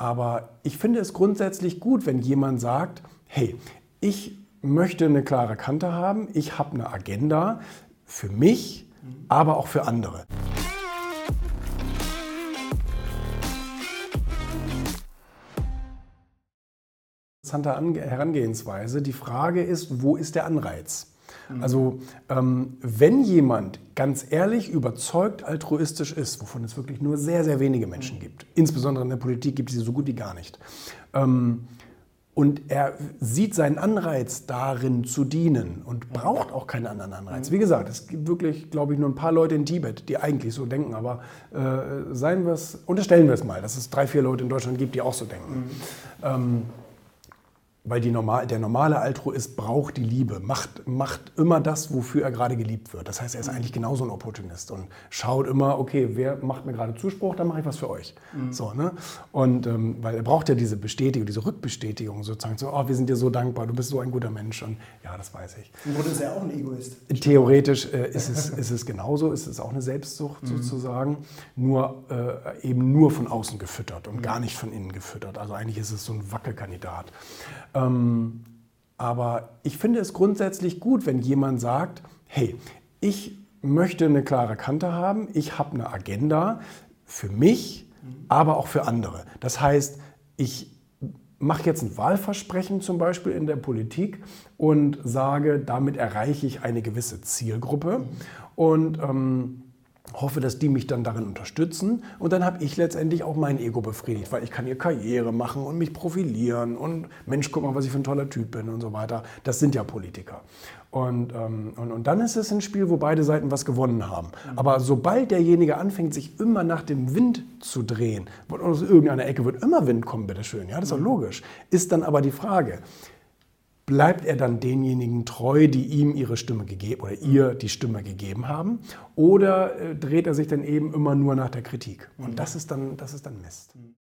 Aber ich finde es grundsätzlich gut, wenn jemand sagt, hey, ich möchte eine klare Kante haben, ich habe eine Agenda für mich, aber auch für andere. Interessante Herangehensweise. Die Frage ist, wo ist der Anreiz? Also wenn jemand ganz ehrlich, überzeugt, altruistisch ist, wovon es wirklich nur sehr, sehr wenige Menschen gibt, insbesondere in der Politik gibt es sie so gut wie gar nicht, und er sieht seinen Anreiz darin zu dienen und braucht auch keinen anderen Anreiz. Wie gesagt, es gibt wirklich, glaube ich, nur ein paar Leute in Tibet, die eigentlich so denken, aber unterstellen wir es mal, dass es 3, 4 Leute in Deutschland gibt, die auch so denken. Weil der normale Altruist braucht die Liebe, macht immer das, wofür er gerade geliebt wird. Das heißt, er ist eigentlich genauso ein Opportunist und schaut immer, okay, wer macht mir gerade Zuspruch, dann mache ich was für euch. So, ne? Und weil er braucht ja diese Bestätigung, diese Rückbestätigung sozusagen, so, oh, wir sind dir so dankbar, du bist so ein guter Mensch. Und ja, das weiß ich. Im Grunde ist er auch ein Egoist. Theoretisch ist es genauso, ist es auch eine Selbstsucht sozusagen, nur eben nur von außen gefüttert und gar nicht von innen gefüttert. Also eigentlich ist es so ein Wackelkandidat. Aber ich finde es grundsätzlich gut, wenn jemand sagt, hey, ich möchte eine klare Kante haben, ich habe eine Agenda für mich, aber auch für andere. Das heißt, ich mache jetzt ein Wahlversprechen zum Beispiel in der Politik und sage, damit erreiche ich eine gewisse Zielgruppe und hoffe, dass die mich dann darin unterstützen und dann habe ich letztendlich auch mein Ego befriedigt, weil ich kann hier Karriere machen und mich profilieren und Mensch, guck mal, was ich für ein toller Typ bin und so weiter. Das sind ja Politiker. Und dann ist es ein Spiel, wo beide Seiten was gewonnen haben. Aber sobald derjenige anfängt, sich immer nach dem Wind zu drehen, aus irgendeiner Ecke wird immer Wind kommen, bitteschön, ja, das ist doch logisch, ist dann aber die Frage, bleibt er dann denjenigen treu, die ihm ihre Stimme gegeben oder ihr die Stimme gegeben haben? Oder dreht er sich dann eben immer nur nach der Kritik? Und das ist dann Mist.